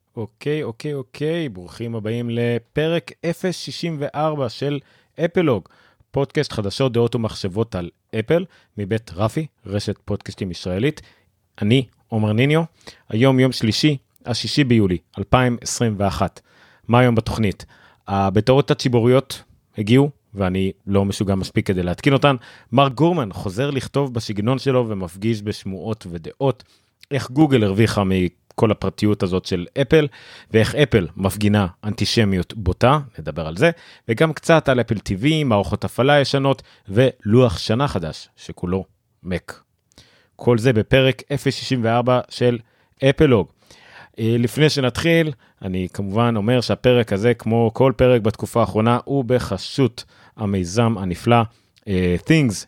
אוקיי, ברוכים הבאים לפרק 064 של אפלוג, פודקאסט חדשות, דעות ומחשבות על אפל, מבית רפי, רשת פודקאסטים ישראלית. אני עומר ניניו, היום יום שלישי, ה-6 ביולי 2021. מה היום בתוכנית? הבטאות הציבוריות הגיעו, ואני לא משוגע מספיק כדי להתקין אותן. מרק גורמן חוזר לכתוב בסגנון שלו ומפגיש בשמועות ודעות. איך גוגל הרוויחה מכל הפרטיות הזאת של אפל, ואיך אפל מפגינה אנטישמיות בוטה, נדבר על זה, וגם קצת על אפל TV, מערכות הפעלה ישנות, ולוח שנה חדש, שכולו מק. כל זה בפרק 064 של אפלוג. לפני שנתחיל, אני כמובן אומר שהפרק הזה, כמו כל פרק בתקופה האחרונה, הוא בחסות המיזם הנפלא, things,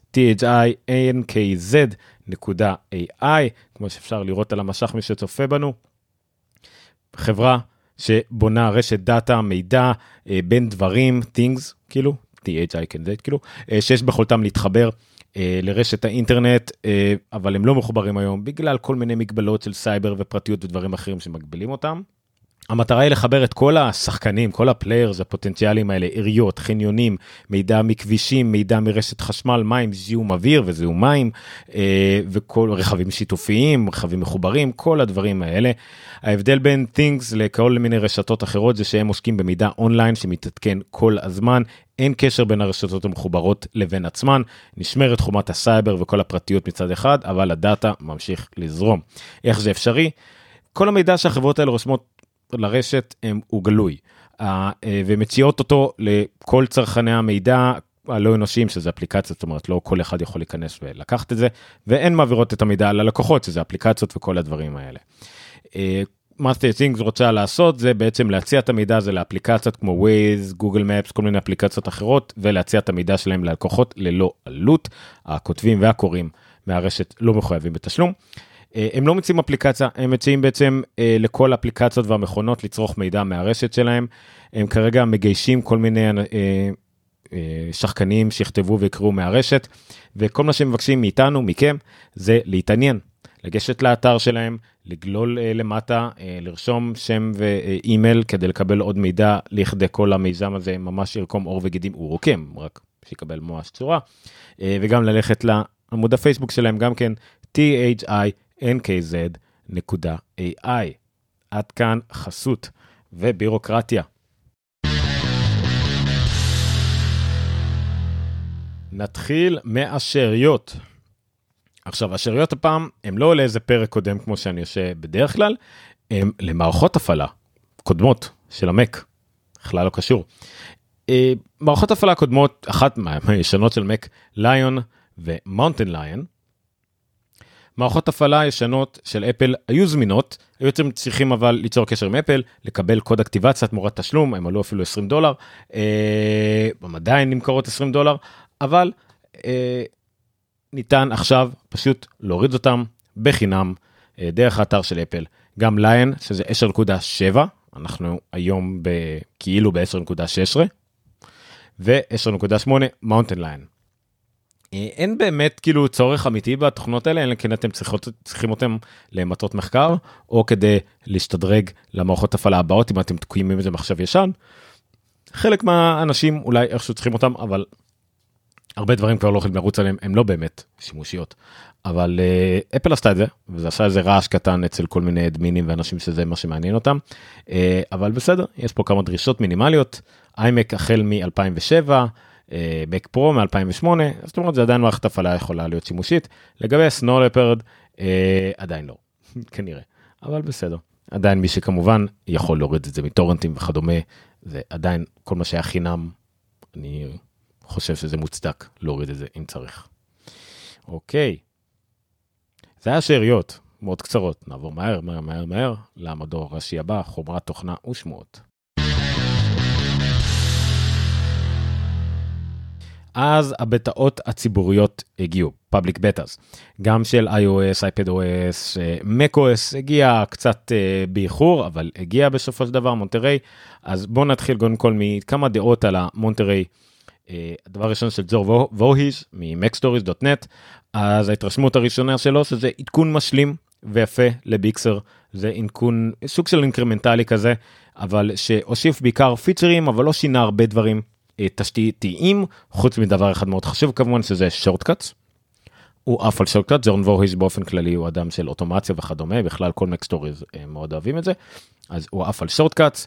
thinkz.ai, כמו שאפשר לראות על המשך מי שצופה בנו. חברה שבונה רשת דאטה, מידע בין דברים, things, כאילו, thinkz, כאילו, שיש ביכולתם להתחבר לרשת האינטרנט, אבל הם לא מחוברים היום, בגלל כל מיני מגבלות של סייבר ופרטיות ודברים אחרים שמגבילים אותם. המטרה היא לחבר את כל השחקנים, כל הפליירס הפוטנציאליים האלה, עיריות, חניונים, מידע מכבישים, מידע מרשת חשמל, מים, זיהום אוויר וזיהום מים, וכל רכבים שיתופיים, רכבים מחוברים, כל הדברים האלה. ההבדל בין Things לכל מיני רשתות אחרות זה שהם עוסקים במידע אונליין שמתעדכן כל הזמן, אין קשר בין הרשתות המחוברות לבין עצמן, נשמרת חומת הסייבר וכל הפרטיות מצד אחד, אבל הדאטה ממשיך לזרום. איך זה אפשרי? כל המידע שהחברות האלה רושמות לרשת הוא גלוי, ומציעות אותו לכל צרכני המידע הלא אנושיים, שזה אפליקציות, זאת אומרת, לא כל אחד יכול להיכנס ולקחת את זה, ואין מעבירות את המידע ללקוחות, שזה אפליקציות וכל הדברים האלה. מה Things רוצה לעשות, זה בעצם להציע את המידע הזה לאפליקציות כמו Waze, Google Maps, כל מיני אפליקציות אחרות, ולהציע את המידע שלהם ללקוחות ללא עלות. הכותבים והקוראים מהרשת לא מחויבים בתשלום. הם לא מציעים אפליקציה, הם מציעים בעצם לכל האפליקציות והמכונות לצרוך מידע מהרשת שלהם. הם כרגע מגיישים כל מיני שחקנים שיכתבו ויקראו מהרשת, וכל מה שהם מבקשים מאיתנו, מכם, זה להתעניין, לגשת לאתר שלהם, לגלול למטה, לרשום שם ואימייל כדי לקבל עוד מידע לכדי כל המיזם הזה, ממש ירקום אור וגידים, הוא רוקם, רק שיקבל ממש צורה, וגם ללכת לעמוד הפייסבוק שלהם, גם כן, thinkz.ai. עד כאן חסות ובירוקרטיה. נתחיל מהשאריות. עכשיו, השאריות הפעם, הם לא לאיזה פרק קודם כמו שאני עושה בדרך כלל, הם למערכות הפעלה קודמות של המק. בכלל לא קשור. מערכות הפעלה קודמות, אחת מהישנות של מק, ליון ומאונטן ליון, מערכות הפעלה ישנות של אפל היו זמינות, היו צריכים אבל ליצור קשר עם אפל, לקבל קוד אקטיבציה תמורת תשלום, הם עלו אפילו $20, הם עדיין נמכרות $20, אבל ניתן עכשיו פשוט להוריד אותם בחינם, דרך האתר של אפל, גם ליין, שזה 10.7, אנחנו היום כאילו ב-10.16, ו-10.8 מאונטן ליין. אין באמת כאילו צורך אמיתי בתוכנות האלה, אלא כן אתם צריכים אותם למטרות מחקר, או כדי להשתדרג למערכות הפעלה הבאות, אם אתם תקועים עם איזה מחשב ישן. חלק מהאנשים אולי איכשהו צריכים אותם, אבל הרבה דברים כבר לא יכולים לרוץ עליהם, הם לא באמת שימושיות. אבל אפל עשתה את זה, וזה עשה איזה רעש קטן אצל כל מיני אדמינים ואנשים שזה מה שמעניין אותם. אבל בסדר, יש פה כמה דרישות מינימליות, iMac החל מ-2007, Mac Pro מ-2008, זאת אומרת, זה עדיין מערכת הפעלה יכולה להיות שימושית. לגבי Snow Leopard, עדיין לא, כנראה. אבל בסדר. עדיין מי שכמובן יכול להוריד את זה מטורנטים וכדומה, זה עדיין כל מה שהיה חינם, אני חושב שזה מוצדק להוריד את זה אם צריך. אוקיי. זה היה שאריות, מאוד קצרות. נעבור מהר, למדור הראשי הבא, חומרת תוכנה ושמועות. אז הבטאות הציבוריות הגיעו, Public Betas, גם של iOS, iPadOS, macOS הגיע קצת באיחור, אבל הגיע בסופו של דבר מונטריי. אז בואו נתחיל קודם כל מכמה דעות על המונטריי. הדבר הראשון של ג'ור ווהיז מ-MacStories.net, אז ההתרשמות הראשונה שלו שזה עדכון משלים ויפה לביקסר, זה עינקון, סוג של אינקרמנטלי כזה, אבל שהוסיף בעיקר פיצ'רים, אבל לא שינה הרבה דברים תשתיתיים, חוץ מדבר אחד מאוד חשוב כמובן, שזה שורטקאטס. הוא אף על שורטקאט, ג'ורן וורוביץ' באופן כללי הוא אדם של אוטומציה וכדומה, בכלל כל Mac Stories מאוד אוהבים את זה, אז הוא אף על שורטקאטס,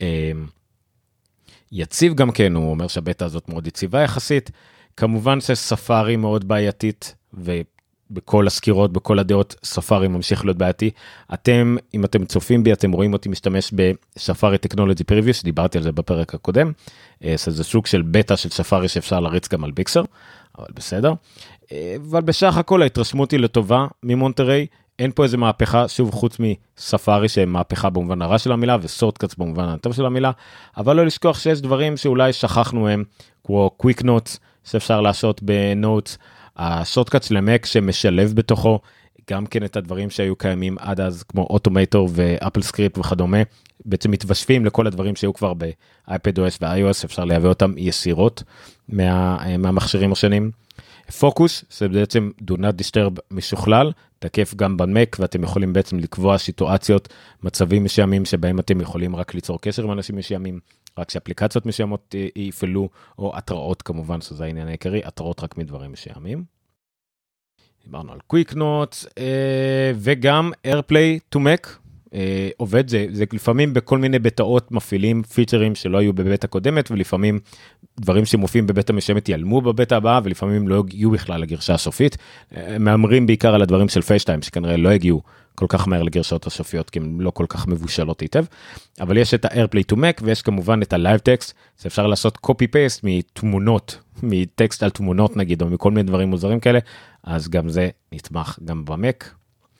יציב גם כן, הוא אומר שהבטא הזאת מאוד יציבה יחסית, כמובן שספארי מאוד בעייתית, ובכל הסקירות, בכל הדעות, ספארי ממשיך להיות בעייתי, אם אתם צופים בי, אתם רואים אותי משתמש בספארי טכנולוגי פריוויו, שדיברתי על זה בפרק הקודם, זה סוג של בטא של ספארי שאפשר להריץ גם על ביקסר, אבל בסדר, אבל בשך הכל ההתרשמות היא לטובה ממונטריי, אין פה איזה מהפכה, שוב חוץ מספארי שמהפכה במובן הרע של המילה, וסורטקאטס במובן הטוב של המילה, אבל לא לשכוח שיש דברים שאולי שכחנו הם, כמו קוויק נוטס, שאפשר לעשות בנוטס, השורטקאט של המק שמשלב בתוכו, גם כן את הדברים שהיו קיימים עד אז, כמו אוטומטור ואפל סקריפט וכדומה, בעצם מתוושפים לכל הדברים שהיו כבר באייפד OS ו-iOS, אפשר להביא אותם ישירות מהמכשירים השונים. פוקוס, זה בעצם do not disturb משוכלל, תקף גם במק, ואתם יכולים בעצם לקבוע סיטואציות, מצבים מסוימים שבהם אתם יכולים רק ליצור קשר עם אנשים מסוימים, רק שאפליקציות מסוימות יפעלו, או התראות כמובן, שזה העניין העיקרי, התראות רק מדברים מסוימים. דיברנו על Quick Notes, וגם AirPlay to Mac, עובד זה לפעמים בכל מיני בטאות מפעילים פיצ'רים שלא היו בבטא קודמת, ולפעמים דברים שמופיעים בבטא משמת ייעלמו בבטא הבאה, ולפעמים לא יגיעו בכלל לגרשה הסופית, מאמרים בעיקר על הדברים של פייסטיים, שכנראה לא הגיעו כל כך מהר לגרשות הסופיות, כי הן לא כל כך מבושלות היטב, אבל יש את ה-AirPlay to Mac, ויש כמובן את ה-Live Text, שאפשר לעשות copy-paste מתמונות, מטקסט על תמונות נגיד, או מכל מיני דברים מוזרים כאלה, אז גם זה נתמך גם במק.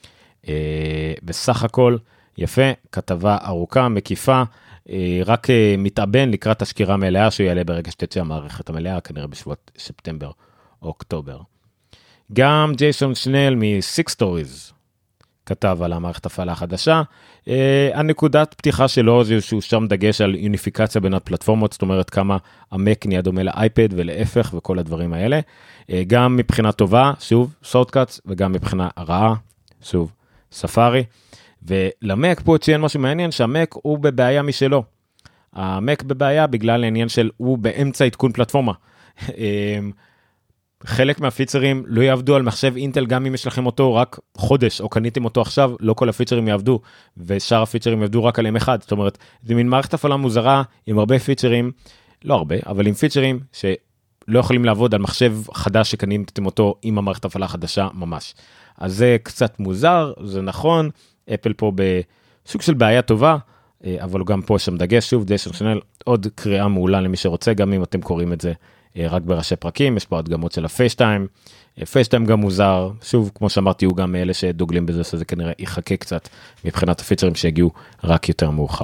בסך הכל, יפה, כתבה ארוכה, מקיפה, רק מתאבן לקראת השקירה מלאה, שהוא יעלה ברגע שתצא המערכת המלאה, כנראה בשבועות ספטמבר או אוקטובר. גם ג'ייסון שנל מ-Six Stories, כתב על המערכת הפעלה החדשה, הנקודת פתיחה שלו זה שהוא שם דגש על יוניפיקציה בין הפלטפורמות, זאת אומרת כמה המק נהיה דומה לאייפד ולהפך וכל הדברים האלה, גם מבחינה טובה, שוב, שורטקאטס, וגם מבחינה רעה, שוב, ספארי, ולמק פה ציין משהו מעניין, שהמק הוא בבעיה משלו, המק בבעיה בגלל העניין של הוא באמצע עדכון פלטפורמה, חלק מהפיצרים לא יעבדו על מחשב אינטל, גם אם יש לכם אותו רק חודש, או קניתם אותו עכשיו, לא כל הפיצרים יעבדו, ושאר הפיצרים יעבדו רק עליהם אחד, זאת אומרת, זה מין מערכת הפעלה מוזרה, עם הרבה פיצרים, לא הרבה, אבל עם פיצרים שלא יכולים לעבוד על מחשב חדש שקניתם אותו עם המערכת הפעלה החדשה ממש. אז זה קצת מוזר, זה נכון, אפל פה בסוג של בעיה טובה, אבל גם פה שם דגש, שוב, ג'ייסון שנל, עוד קריאה מעולה למי שרוצה, גם אם אתם קוראים את זה רק בראשי פרקים, יש פה הדגמות של הפייסטיים, פייסטיים גם מוזר, שוב, כמו שאמרתי, הוא גם מאלה שדוגלים בזה, שזה כנראה יחכה קצת מבחינת הפיצרים שהגיעו רק יותר מאוחר.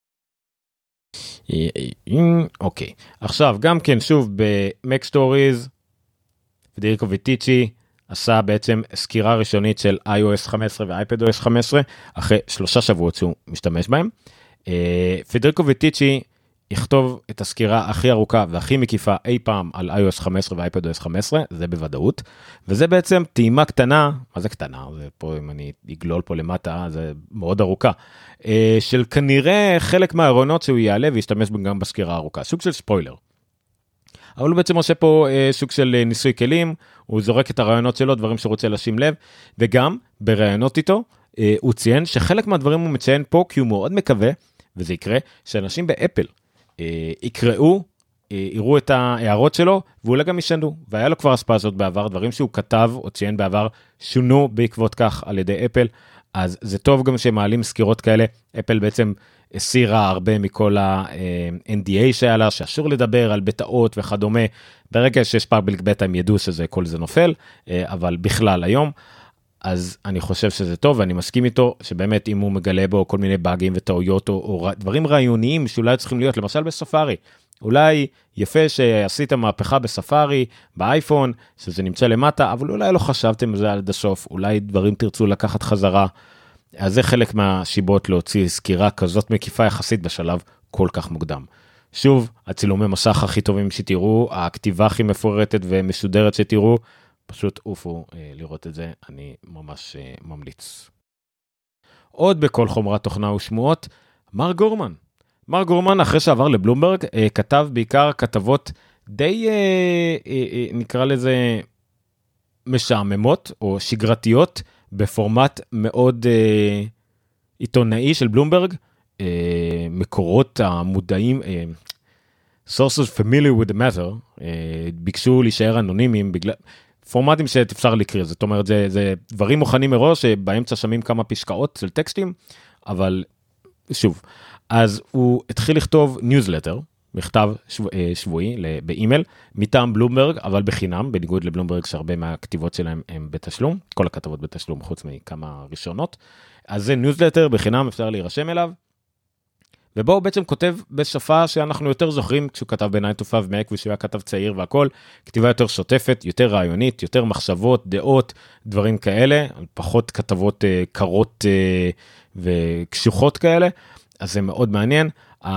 אוקיי, עכשיו, גם כן, שוב, ב-Mac Stories, פדריקו ויטיצ'י, עשה בעצם סקירה ראשונית של iOS 15 ו-iPadOS 15, אחרי 3 שבועות שהוא משתמש בהם. פדריקו ויטיצ'י יכתוב את הסקירה הכי ארוכה והכי מקיפה אי פעם על iOS 15 ו-iPadOS 15, זה בוודאות, וזה בעצם טעימה קטנה, מה זה קטנה? זה פה, אם אני אגלול פה למטה, זה מאוד ארוכה, של כנראה חלק מהרעיונות שהוא יעלה וישתמש גם בסקירה הארוכה, סוג של ספוילר. אבל הוא בעצם עושה פה סוג של ניסוי כלים, הוא זורק את הרעיונות שלו, דברים שרוצה לשים לב, וגם ברעיונות איתו, הוא ציין שחלק מהדברים הוא מציין פה, כי הוא מאוד מקווה, וזה יקרה, שאנשים באפל יקראו, יראו את ההערות שלו, ואולי גם ישנו, והיה לו כבר השפעה הזאת בעבר, דברים שהוא כתב או ציין בעבר, שונו בעקבות כך על ידי אפל, אז זה טוב גם שמעלים סקירות כאלה, אפל בעצם הסירה הרבה מכל ה-NDA שהיה לה, שאסור לדבר על בטאות וכדומה, ברגע שיש פאבליק בטא הם ידעו שזה כל זה נופל, אבל בכלל היום, אז אני חושב שזה טוב, ואני מסכים איתו, שבאמת אם הוא מגלה בו כל מיני באגים וטעויות, או דברים רעיוניים שאולי צריכים להיות, למשל בספארי, אולי יפה שעשית מהפכה בספארי, באייפון, שזה נמצא למטה, אבל אולי לא חשבתם על זה עד הסוף, אולי דברים תרצו לקחת חזרה, אז זה חלק מהשיבות להוציא סקירה כזאת מקיפה יחסית בשלב כל כך מוקדם. שוב, הצילומי מסך הכי טובים שתראו, הכתיבה הכי מפורטת ומסודרת שתראו, פשוט אופו לראות את זה, אני ממש ממליץ. עוד בכל חומרת תוכנה ושמועות, מר גורמן, אחרי שעבר לבלומברג, כתב בעיקר כתבות די, נקרא לזה, משעממות או שגרתיות, בפורמט מאוד עיתונאי של בלומברג, מקורות המודעים, sources familiar with the matter, ביקשו להישאר אנונימיים, בגלל פורמטים שאפשר לקרוא, זאת אומרת, זה דברים מוכנים מראש, שבאמצע שמים כמה פשקאות של טקסטים, אבל שוב, אז הוא התחיל לכתוב ניוזלטר, מכתב שבועי באימייל, מטעם בלומברג, אבל בחינם, בניגוד לבלומברג שהרבה מהכתיבות שלהם הם בתשלום, כל הכתבות בתשלום חוץ מכמה ראשונות, אז זה ניוזלטר בחינם, אפשר להירשם אליו, ובו הוא בעצם כותב בשפה שאנחנו יותר זוכרים, כשהוא כתב ב-9 to 5 Mac, ושהוא היה כתב צעיר והכל, כתיבה יותר שוטפת, יותר רעיונית, יותר מחשבות, דעות, דברים כאלה, פחות כתבות קרות וקשוחות כאלה, אז זה מאוד מעניין.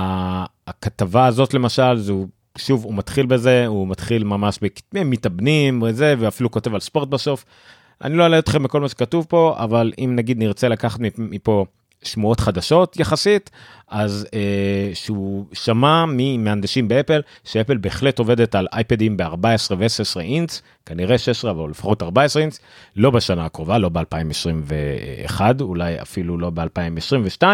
הכתבה הזאת למשל, שוב, הוא מתחיל בזה, הוא מתחיל ממש מתאבנים וזה, ואפילו כותב על ספורט בסוף. אני לא אעלה אתכם בכל מה שכתוב פה, אבל אם נגיד נרצה לקחת מפה שמועות חדשות יחסית, אז שהוא שמע ממהנדשים באפל, שאפל בהחלט עובדת על אייפדים ב-14 ו-16 אינץ, כנראה 16 אבל לפחות 14 אינץ, לא בשנה הקרובה, לא ב-2021, אולי אפילו לא ב-2022,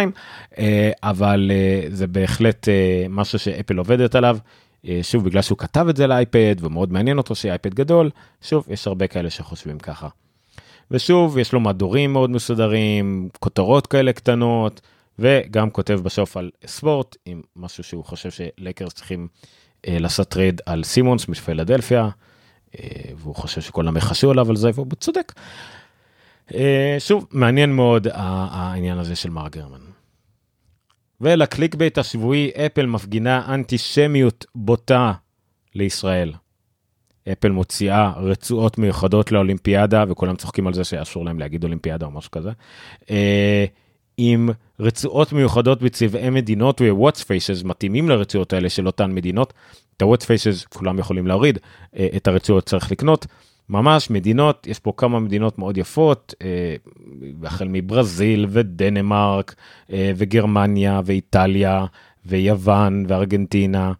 אבל זה בהחלט משהו שאפל עובדת עליו, שוב בגלל שהוא כתב את זה לאייפד, ומאוד מעניין אותו שיהיה אייפד גדול, שוב יש הרבה כאלה שחושבים ככה. ושוב, יש לו מדורים מאוד מסודרים, כותרות כאלה קטנות, וגם כותב בסוף על ספורט, עם משהו שהוא חושב שלקרס צריכים לעשות טרייד על סימונס מפילדלפיה, והוא חושב שכולם יחשו עליו על זה, והוא צודק. שוב, מעניין מאוד העניין הזה של מר גרמן. ולקליק בית השבועי, אפל מפגינה אנטישמיות בוטה לישראל. אפל מוציאה רצועות מיוחדות לאולימפיאדה, וכולם צוחקים על זה שאסור להם להגיד אולימפיאדה או משהו כזה, עם רצועות מיוחדות בצבעי מדינות ו-Watch Faces מתאימים לרצועות האלה של אותן מדינות. את ה-Watch Faces כולם יכולים להוריד, את הרצועות צריך לקנות. ממש מדינות, יש פה כמה מדינות מאוד יפות, החל מברזיל ודנמרק וגרמניה ואיטליה ויוון וארגנטינה,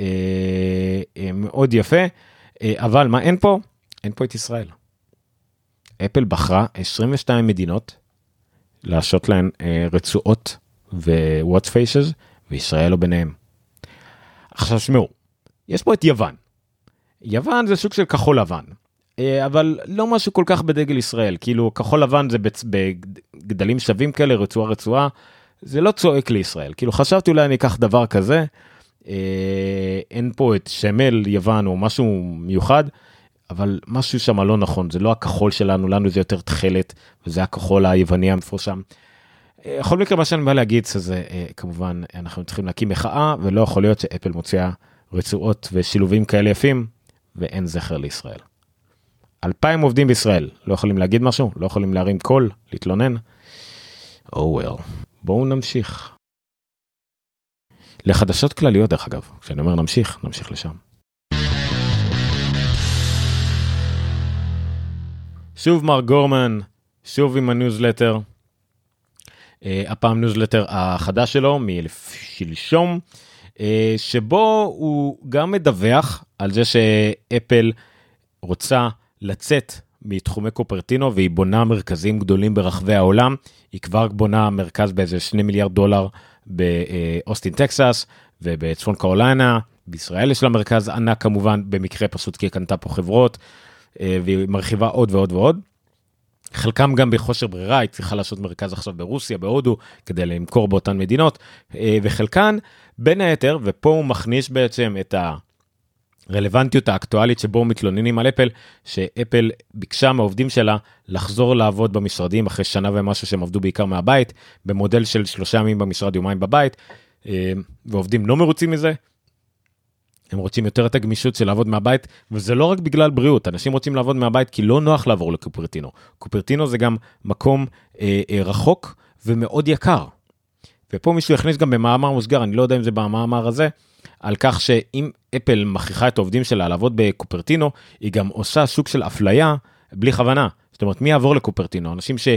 מאוד יפה. אבל מה אין פה? אין פה את ישראל. אפל בחרה 22 מדינות לעשות להן רצועות ו-Watch Faces, וישראל לא ביניהם. עכשיו שמעו, יש פה את יוון. יוון זה סוג של כחול לבן, אבל לא משהו כל כך בדגל ישראל, כאילו כחול לבן זה בגדלים שווים כאלה, רצועה, זה לא צועק לישראל. כאילו חשבתי אולי אני אקח דבר כזה, אין פה את שמל יוון או משהו מיוחד, אבל משהו שם לא נכון, זה לא הכחול שלנו, לנו זה יותר תחלת, וזה הכחול היווני המפורסם. בכל מקרה מה שאני בא להגיד, זה כמובן אנחנו צריכים להקים מחאה, ולא יכול להיות שאפל מוציאה רצועות ושילובים כאלה יפים, ואין זכר לישראל. 2,000 עובדים בישראל, לא יכולים להגיד משהו, לא יכולים להרים קול, להתלונן. בואו נמשיך. לחדשות כלליות דרך אגב, כשאני אומר נמשיך לשם. שוב מר גורמן, שוב עם הניוזלטר, הפעם ניוזלטר החדש שלו, משלשום, שבו הוא גם מדווח על זה שאפל רוצה לצאת מתחומי קופרטינו, והיא בונה מרכזים גדולים ברחבי העולם, היא כבר בונה מרכז באיזה $2 מיליארד, באוסטין טקסס, ובצפון קרוליינה, בישראל יש לה מרכז ענק כמובן, במקרה פשוט כי היא קנתה פה חברות, והיא מרחיבה עוד ועוד ועוד, חלקם גם בחושר ברירה, היא צריכה לעשות מרכז עכשיו ברוסיה, בהודו, כדי למכור באותן מדינות, וחלקן בין היתר, ופה הוא מכניס בעצם את הרלוונטיות האקטואלית שבו מתלוננים על אפל, שאפל ביקשה מהעובדים שלה לחזור לעבוד במשרדים אחרי שנה ומשהו שהם עבדו בעיקר מהבית, במודל של 3 ימים במשרד, יומיים בבית, ועובדים לא מרוצים מזה, הם רוצים יותר את הגמישות של לעבוד מהבית, וזה לא רק בגלל בריאות, אנשים רוצים לעבוד מהבית כי לא נוח לעבור לקופרטינו. קופרטינו זה גם מקום רחוק ומאוד יקר. ופה מישהו יכניס גם במאמר מוסגר, אני לא יודע אם זה במאמר הזה, על כך שאם אפל מכריחה את העובדים שלה לעבוד בקופרטינו, היא גם עושה סוג של אפליה בלי כוונה. זאת אומרת, מי יעבור לקופרטינו? אנשים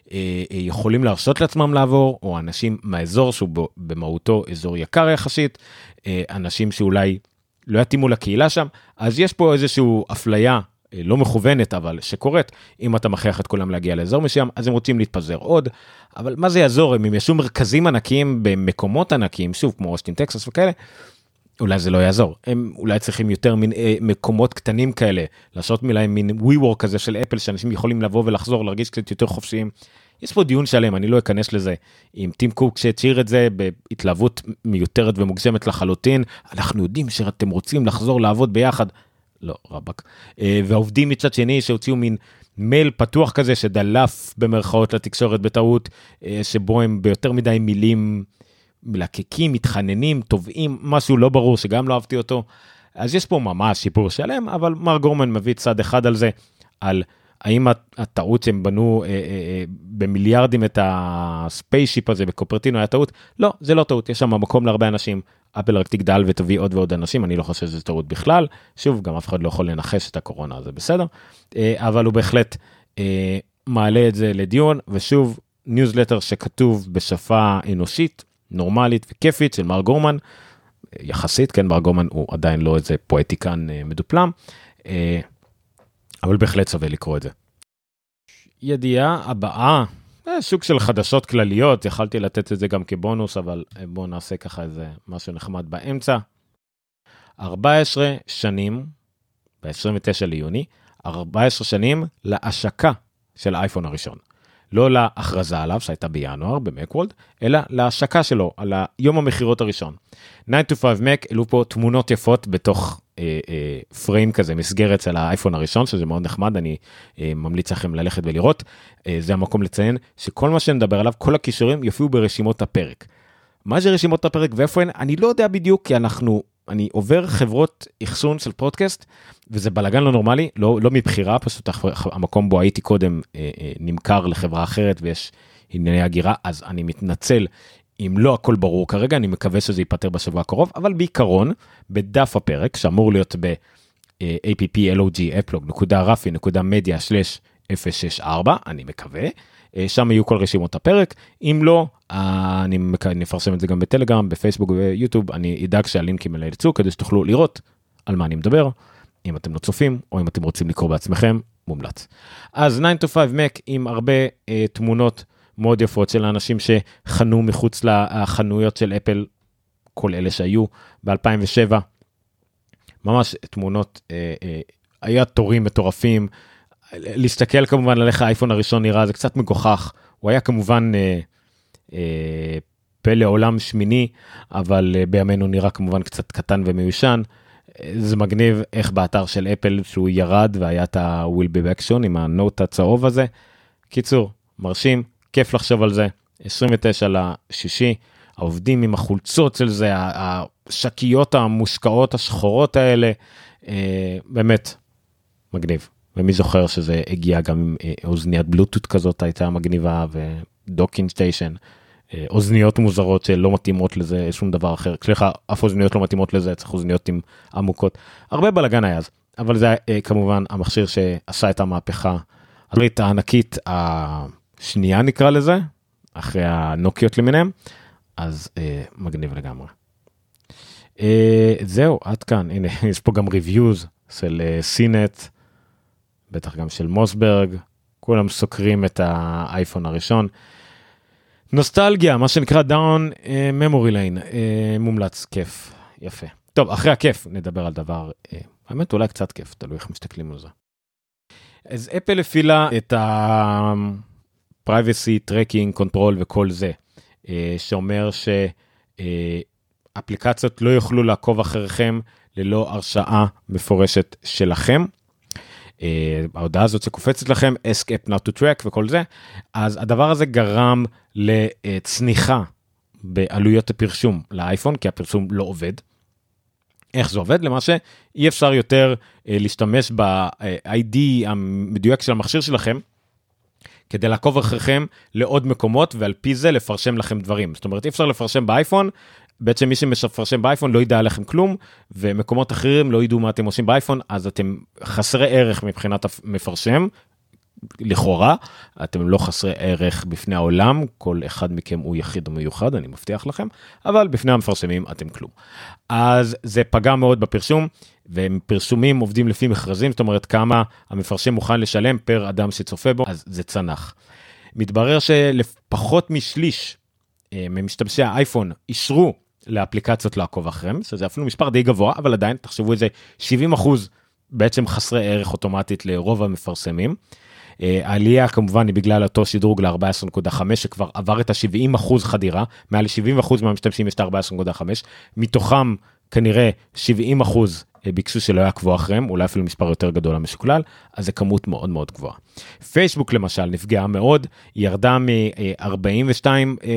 יכולים להרשות לעצמם לעבור, או אנשים מהאזור שהוא במהותו אזור יקר יחסית, אנשים שאולי לא יתאימו לקהילה שם, אז יש פה איזושהי אפליה לא מכוונת, אבל שקורית, אם אתה מכריח את כולם להגיע לאזור מסוים, אז הם רוצים להתפזר עוד, אבל מה זה יעזור? אם יש מרכזים ענקיים במקומות ענקיים, שוב, כמו אוסטין, טקסס וכאלה, אולי זה לא יעזור. הם אולי צריכים יותר מקומות קטנים כאלה, לעשות מין WeWork כזה של אפל, שאנשים יכולים לבוא ולחזור, להרגיש קצת יותר חופשיים. יש פה דיון שלם, אני לא אכנס לזה, עם טים קוק שהצהיר את זה בהתלהבות מיותרת ומוגזמת לחלוטין, אנחנו יודעים שאתם רוצים לחזור לעבוד ביחד, לא, רבק. והעובדים מצד שני שהוציאו מין מייל פתוח כזה, שדלף במרכאות לתקשורת בטעות, שבו הם ביותר מדי מילים מלקקים, מתחננים, תובעים, משהו לא ברור שגם לא אהבתי אותו. אז יש פה ממש שיפור שלם, אבל מר גורמן מביא צד אחד על זה, על האם הטעות שהם בנו במיליארדים את הספיישיפ הזה בקופרטינו היה טעות? לא, זה לא טעות, יש שם מקום להרבה אנשים, אפל רק תגדל ותביא עוד ועוד אנשים, אני לא חושב שזה טעות בכלל, שוב, גם אף אחד לא יכול לנחש את הקורונה, זה בסדר, אבל הוא בהחלט מעלה את זה לדיון, ושוב, ניוזלטר שכתוב בשפה אנושית, נורמלית וכיפית של מר גורמן, יחסית, כן, מר גורמן הוא עדיין לא איזה פואטיקן מדופלם, אבל בהחלט שווה לקרוא את זה. ידיעה הבאה, שוק של חדשות כלליות, יכלתי לתת את זה גם כבונוס, אבל בואו נעשה ככה איזה משהו נחמד באמצע. 14 שנים, ב-29 ליוני, 14 שנים להשקה של האייפון הראשון. לא להכרזה עליו, שהייתה בינואר, במקוולד, אלא להשקה שלו, על היום המחירות הראשון. 9 to 5 Mac, אלו פה תמונות יפות בתוך פריים כזה, מסגרת של האייפון הראשון, שזה מאוד נחמד, אני ממליץ לכם ללכת ולראות. זה המקום לציין שכל מה שנדבר עליו, כל הכישורים יופיעו ברשימות הפרק. מה זה רשימות הפרק ואיפה הן? אני לא יודע בדיוק, כי אני עובר חברות אחסון של פודקאסט, וזה בלגן לא נורמלי, לא מבחירה, פשוט המקום בו הייתי קודם נמכר לחברה אחרת, ויש ענייני הגירה, אז אני מתנצל אם לא הכל ברור כרגע, אני מקווה שזה ייפטר בשבוע הקרוב, אבל בעיקרון, בדף הפרק, שאמור להיות applog.rafi.media/064, אני מקווה, שם יהיו כל רשימות הפרק, אם לא, אני אפרסם את זה גם בטלגרם, בפייסבוק ויוטיוב, אני אדאג שהלינקים האלה יצאו, כדי שתוכלו לראות על מה אני מדבר, אם אתם לא צופים, או אם אתם רוצים לקרוא בעצמכם, מומלץ. אז 9 to 5 Mac עם הרבה תמונות מאוד יפות של האנשים שחנו מחוץ לחנויות של אפל, כל אלה שהיו ב-2007, ממש תמונות, היה תורים מטורפים, להסתכל כמובן על איך האייפון הראשון נראה, זה קצת מגוחך, הוא היה כמובן פלא עולם שמיני, אבל בימינו נראה כמובן קצת קטן ומיושן, זה מגניב איך באתר של אפל שהוא ירד והיה את ה-Will be back soon עם הנוט הצהוב הזה, קיצור, מרשים, כיף לחשוב על זה, 29 לשישי, העובדים עם החולצות של זה, השקיות המושקעות השחורות האלה, באמת מגניב. ומי זוכר שזה הגיע גם עם אוזניית בלוטות כזאת, הייתה מגניבה, ודוקינג סטיישן, אוזניות מוזרות שלא מתאימות לזה, שום דבר אחר. סליחה, אף אוזניות לא מתאימות לזה, צריך אוזניות עם עמוקות. הרבה בלגן היה אז, אבל זה כמובן המכשיר שעשה את המהפכה, הברית הענקית השנייה נקרא לזה, אחרי הנוקיות למיניהם, אז מגניב לגמרי. זהו, עד כאן, הנה, יש פה גם ריוויוז של סינט, בטח גם של מוסברג, כולם סוקרים את האייפון הראשון. נוסטלגיה, מה שנקרא דאון memory lane, מומלץ, כיף, יפה. טוב, אחרי הכיף נדבר על דבר, האמת אולי קצת כיף, תלוי איך מסתכלים על זה. אז אפל הפעילה את ה-privacy, tracking, control וכל זה, שאומר שאפליקציות לא יוכלו לעקוב אחריכם ללא הרשאה מפורשת שלכם. ההודעה הזאת שקופצת לכם, ask app not to track וכל זה, אז הדבר הזה גרם לצניחה בעלויות הפרשום לאייפון, כי הפרשום לא עובד. איך זה עובד? למעשה, אי אפשר יותר להשתמש ב-ID המדויק של המכשיר שלכם, כדי לעקוב אחריכם לעוד מקומות, ועל פי זה לפרשם לכם דברים. זאת אומרת, אי אפשר לפרשם באייפון, בעצם מי שמפרשם באייפון לא ידע עליכם כלום, ומקומות אחרים לא ידעו מה אתם עושים באייפון, אז אתם חסרי ערך מבחינת המפרשם, לכאורה, אתם לא חסרי ערך בפני העולם, כל אחד מכם הוא יחיד ומיוחד, אני מבטיח לכם, אבל בפני המפרסמים אתם כלום. אז זה פגע מאוד בפרסום, ופרסומים עובדים לפי מכרזים, זאת אומרת כמה המפרסם מוכן לשלם פר אדם שצופה בו, אז זה צנח. מתברר שלפחות משליש ממשתמשי האייפון אישרו לאפליקציות לעקוב אחריהם, שזה אפילו מספר די גבוה, אבל עדיין, תחשבו את זה, 70% בעצם חסרי ערך אוטומטית לרוב המפרסמים. העלייה כמובן היא בגלל אותו שדרוג ל-14.5, שכבר עבר את ה-70% חדירה, מעל 70% מהמשתמשים יש את ה-14.5, מתוכם כנראה 70% ביקשו שלא יעקבו אחריהם, אולי אפילו מספר יותר גדול המשוקלל, אז זה כמות מאוד מאוד גבוהה. פייסבוק למשל נפגעה מאוד, היא ירדה מ-42%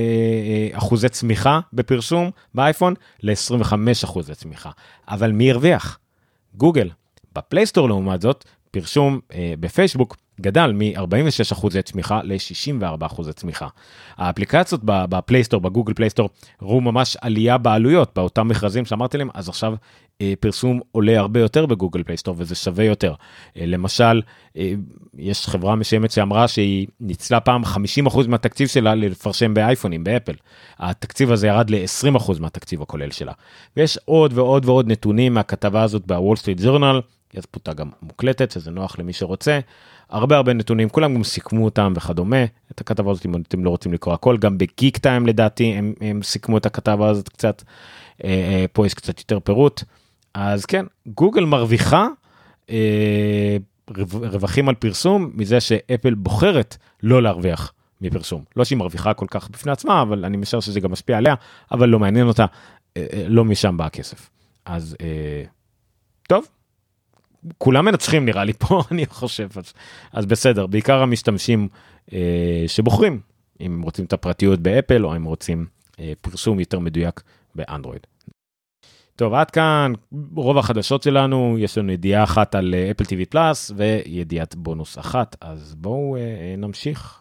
צמיחה בפרסום באייפון, ל-25% צמיחה. אבל מי הרוויח? גוגל. בפלייסטור לעומת זאת, פרסום בפייסבוק גדל מ-46% צמיחה ל-64% צמיחה. האפליקציות בפלייסטור, בגוגל פלייסטור, ראו ממש עלייה בעלויות, באותם מכרזים שאמרתי להם, אז עכשיו פרסום עולה הרבה יותר בגוגל פלייסטור, וזה שווה יותר. למשל, יש חברה משמת שאמרה שהיא ניצלה פעם 50% מהתקציב שלה לפרשם באייפונים, באפל. התקציב הזה ירד ל-20% מהתקציב הכולל שלה. ויש עוד ועוד ועוד נתונים מהכתבה הזאת בוול סטריט ג'ורנל, יש פה גם מוקלטת, שזה נוח למי שרוצה, הרבה נתונים, כולם גם סיכמו אותם וכדומה, את הכתבה הזאת, אם אתם לא רוצים לקרוא הכל, גם בגיק טיים לדעתי, הם סיכמו את הכתבה הזאת קצת, פה יש קצת יותר פירוט, אז כן, גוגל מרוויחה רווחים על פרסום, מזה שאפל בוחרת לא להרוויח מפרסום, לא שהיא מרוויחה כל כך בפני עצמה, אבל אני משער שזה גם משפיע עליה, אבל לא מעניין אותה, לא משם בא הכסף, אז טוב, כולם מנצחים נראה לי פה, אני חושב, אז בסדר, בעיקר המשתמשים שבוחרים, אם הם רוצים את הפרטיות באפל, או אם רוצים פרסום יותר מדויק באנדרואיד. טוב, עד כאן רוב החדשות שלנו, יש לנו ידיעה אחת על אפל TV פלאס, וידיעת בונוס אחת, אז בואו נמשיך.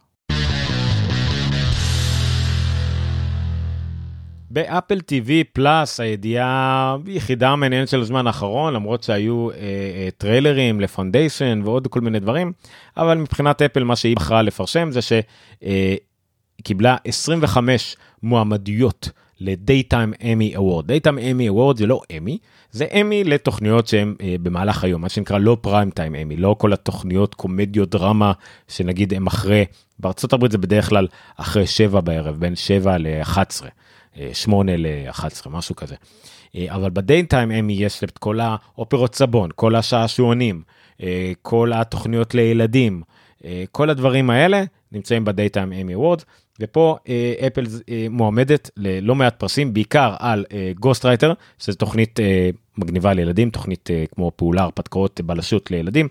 באפל TV פלאס, הידיעה יחידה מעניינת של הזמן האחרון, למרות שהיו טריילרים לפונדיישן ועוד כל מיני דברים, אבל מבחינת אפל מה שהיא בחרה לפרשם זה שהיא קיבלה 25 מועמדויות ל-Daytime Emmy Award. Daytime Emmy Award זה לא אמי, זה אמי לתוכניות שהן במהלך היום, מה שנקרא לא פריים טיים אמי, לא כל התוכניות קומדיות דרמה שנגיד הם אחרי, בארצות הברית זה בדרך כלל אחרי 7 בערב, בין 7 ל-11. 8 ל-11, משהו כזה. אבל בדייטיים אמי יש את כל האופרות סבון, כל השעשועונים, כל התוכניות לילדים, כל הדברים האלה נמצאים בדייטיים אמי וורדס, ופה אפל מועמדת ללא מעט פרסים, בעיקר על גוסטרייטר, שזו תוכנית מגניבה לילדים, תוכנית כמו פעולה הרפתקאות בלשות לילדים,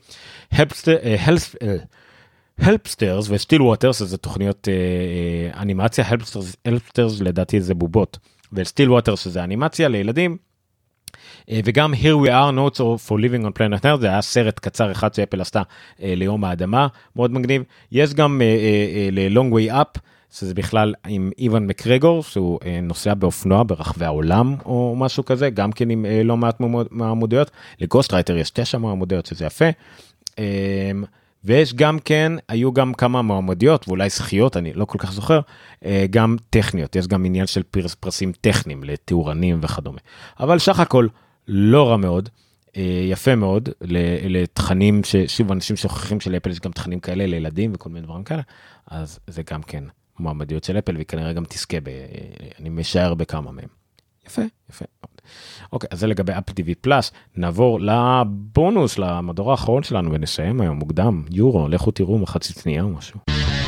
Helpsters וסטיל ווטרס, זה תוכניות אנימציה, Helpsters לדעתי זה בובות, וסטיל ווטרס שזה אנימציה לילדים, וגם Here We Are Notes for Living on Planet Earth, זה היה סרט קצר אחד שאפל עשתה ליום האדמה, מאוד מגניב. יש גם ל-Long Way Up, שזה בכלל עם איוון מקרגור, שהוא נוסע באופנוע ברחבי העולם או משהו כזה, גם כן עם לא מעט מעמודיות, לגוסטרייטר יש 9 מעמודיות, שזה יפה. ויש גם כן, היו גם כמה מועמדיות, ואולי זכיות, אני לא כל כך זוכר, גם טכניות, יש גם עניין של פרסים טכניים, לתאורנים וכדומה. אבל שח הכל לא רע מאוד, יפה מאוד, לתכנים ששוב, אנשים שוכחים של אפל, יש גם תכנים כאלה לילדים וכל מיני דברים כאלה, אז זה גם כן מועמדיות של אפל, וכנראה גם תזכה, אני משער בכמה מהם. יפה, יפה. אוקיי, אז זה לגבי אפל TV פלאס, נעבור לבונוס, למדור האחרון שלנו, ונסיים היום מוקדם, יורו, לכו תראו מחצית שנייה או משהו.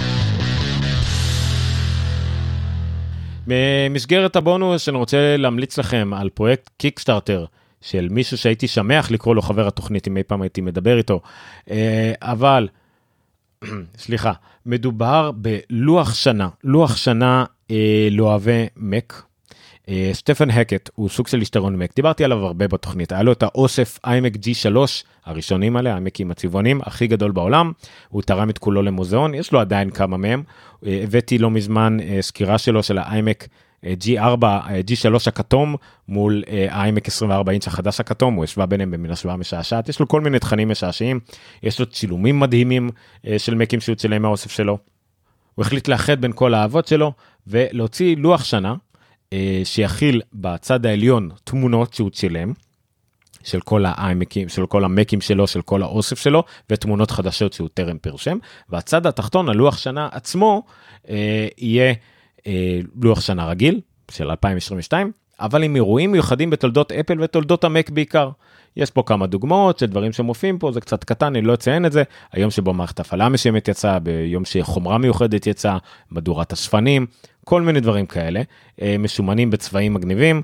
במסגרת הבונוס, אני רוצה להמליץ לכם על פרויקט קיקסטארטר, של מישהו שהייתי שמח לקרוא לו חבר התוכנית, אם אי פעם הייתי מדבר איתו, אבל, סליחה, מדובר בלוח שנה, לוח שנה לאוהבי מק, סטפן הקט הוא סוג של ישתרון מק, דיברתי עליו הרבה בתוכנית, היה לו את האוסף iMac G3 הראשונים עליה, האמקים הצבעוניים הכי גדול בעולם, הוא תרם את כולו למוזיאון, יש לו עדיין כמה מהם, הבאתי לא מזמן סקירה שלו של האיימק G4, G3 הכתום מול האיימק 24 אינץ' החדש הכתום, הוא השווה ביניהם במין השוואה משעשעת, יש לו כל מיני תכנים משעשעים, יש לו צילומים מדהימים של מקים שהוא צילם מהאוסף שלו, הוא החליט לאחד בין כל האהבות שלו, ולהוציא לוח שנה, שיכיל בצד העליון תמונות שהוא צילם, של כל האיימקים, של כל המקים שלו, של כל האוסף שלו, ותמונות חדשות שהוא טרם פרשם, והצד התחתון, הלוח שנה עצמו, יהיה לוח שנה רגיל, של 2022, אבל עם אירועים מיוחדים בתולדות אפל ותולדות המק בעיקר. יש פה כמה דוגמאות של דברים שמופיעים פה, זה קצת קטן, אני לא אציין את זה, היום שבו מערכת הפעלה משמת יצא, ביום שחומרה מיוחדת יצא, מדורת השפנים, כל מיני דברים כאלה, משומנים בצבעים מגניבים,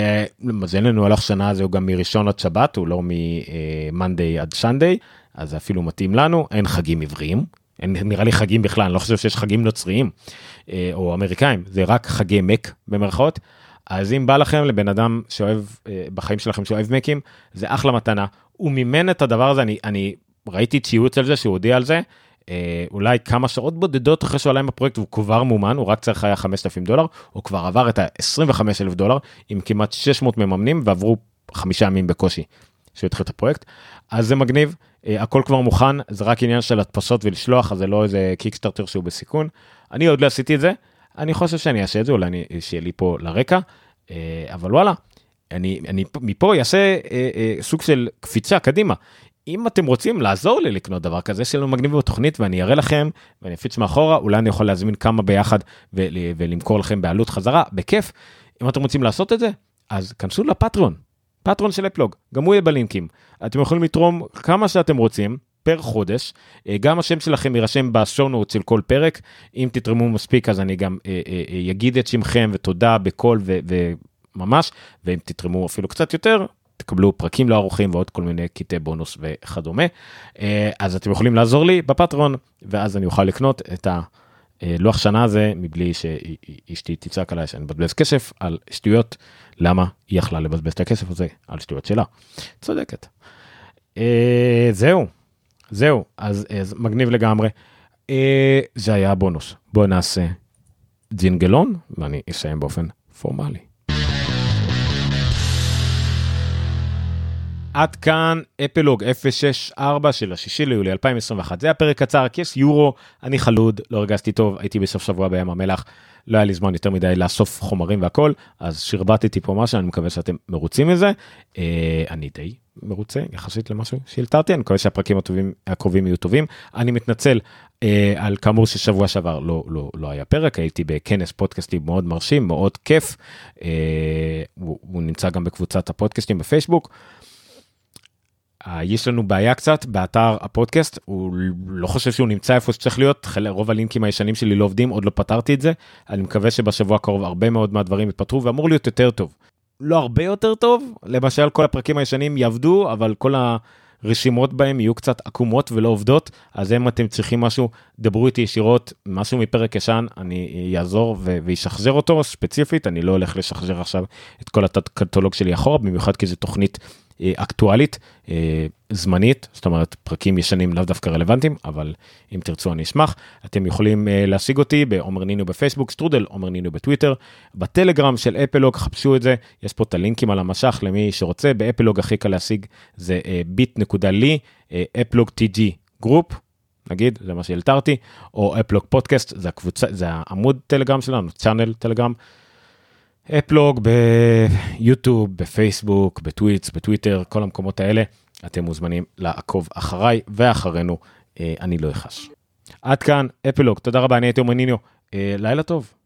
מזל לנו הלך שנה הזה הוא גם מראשון עד שבת, הוא לא ממנדי עד שנדי, אז זה אפילו מתאים לנו, אין חגים עבריים, אין נראה לי חגים בכלל, אני לא חושב שיש חגים נוצריים, או אמריקאים, זה רק חגי מק במרכאות, אז אם בא לכם לבן אדם שאוהב, בחיים שלכם שאוהב מקים, זה אחלה מתנה, הוא מימן את הדבר הזה, אני ראיתי ציוץ על זה, שהוא הודיע על זה, אולי כמה שעות בודדות אחרי שהוא עלה עם הפרויקט, והוא כבר מומן, הוא רק צריך היה $5,000, הוא כבר עבר את $25,000, עם כמעט 600 מממנים, ועברו 5 ימים בקושי, שהוא התחיל את הפרויקט, אז זה מגניב, הכל כבר מוכן, זה רק עניין של הדפסות ולשלוח, אז זה לא איזה קיקסטארטר שהוא בסיכון, אני עוד לא עשיתי את זה, אני חושב שאני אעשה את זה, אולי שיהיה לי פה לרקע, אבל וואלה, אני מפה אעשה סוג של קפיצה קדימה, אם אתם רוצים לעזור לי לקנות דבר כזה, שלנו מגניב בתוכנית, ואני אראה לכם, ואני אפיץ מאחורה, אולי אני יכול להזמין כמה ביחד, ולמכור לכם בעלות חזרה, בכיף, אם אתם רוצים לעשות את זה, אז כנסו לפטריון, פטריון של אפלוג, גם הוא יהיה בלינקים, אתם יכולים לתרום כמה שאתם רוצים, פר חודש, גם השם שלכם יירשם בשואו-נוטס של כל פרק, אם תתרמו מספיק אז אני גם אגיד את שמכם ותודה בכל וממש, ואם תתרמו אפילו קצת יותר, תקבלו פרקים לא ערוכים ועוד כל מיני קטעי בונוס וכדומה, אז אתם יכולים לעזור לי בפטריון, ואז אני אוכל לקנות את הלוח שנה הזה, מבלי שאשתי תצעק עליי שאני מבזבז כסף על שטויות, למה היא יכלה לבזבז את הכסף הזה על שטויות שלה. צודקת. זהו, אז מגניב לגמרי. זה היה הבונוס. בואו נעשה ג'ינגלון, ואני אסיים באופן פורמלי. עד כאן אפלוג 064 של 6 ליולי 2021. זה היה פרק קצר, כיס יורו, אני חלוד, לא הרגשתי טוב, הייתי בסוף שבוע בים המלח, לא היה לי זמן יותר מדי לאסוף חומרים והכל, אז שרבטתי פה משהו, אני מקווה שאתם מרוצים מזה, אני די מרוצה יחסית למשהו שהלתרתי, אני מקווה שהפרקים הקרובים יהיו טובים, אני מתנצל על כאמור ששבוע שעבר לא היה פרק, הייתי בכנס פודקאסטים מאוד מרשים, מאוד כיף, הוא נמצא גם בקבוצת הפודקאסטים בפייסבוק, יש לנו בעיה קצת באתר הפודקאסט, הוא לא חושב שהוא נמצא איפה שצריך להיות, רוב הלינקים הישנים שלי לא עובדים, עוד לא פתרתי את זה, אני מקווה שבשבוע הקרוב הרבה מאוד מהדברים יתפתרו, ואמור להיות יותר טוב. לא הרבה יותר טוב, למשל כל הפרקים הישנים יעבדו, אבל כל הרשימות בהם יהיו קצת עקומות ולא עובדות, אז אם אתם צריכים משהו, דברו איתי ישירות, משהו מפרק ישן, אני יעזור וישחזר אותו ספציפית, אני לא הולך לשחזר עכשיו את כל הקטלוג שלי אחורה, במיוחד כי זו תוכנית אקטואלית, זמנית, זאת אומרת פרקים ישנים לאו דווקא רלוונטיים, אבל אם תרצו אני אשמח, אתם יכולים להשיג אותי בעומר נינו בפייסבוק, סטרודל עומר נינו בטוויטר, בטלגרם של אפלוג, חפשו את זה, יש פה את הלינקים על המשך למי שרוצה, באפלוג הכי קל להשיג זה bit.ly, אפלוג TG גרופ, נגיד, זה מה שהלתרתי, או אפלוג פודקאסט, זה הקבוצה, זה העמוד טלגרם שלנו, צ'אנל טלגרם, אפלוג ביוטיוב, בפייסבוק, בטוויטס, בטוויטר, כל המקומות האלה, אתם מוזמנים לעקוב אחריי ואחרינו, אני לא אחש. עד כאן, אפלוג, תודה רבה, אני הייתי עומר נינו, לילה טוב.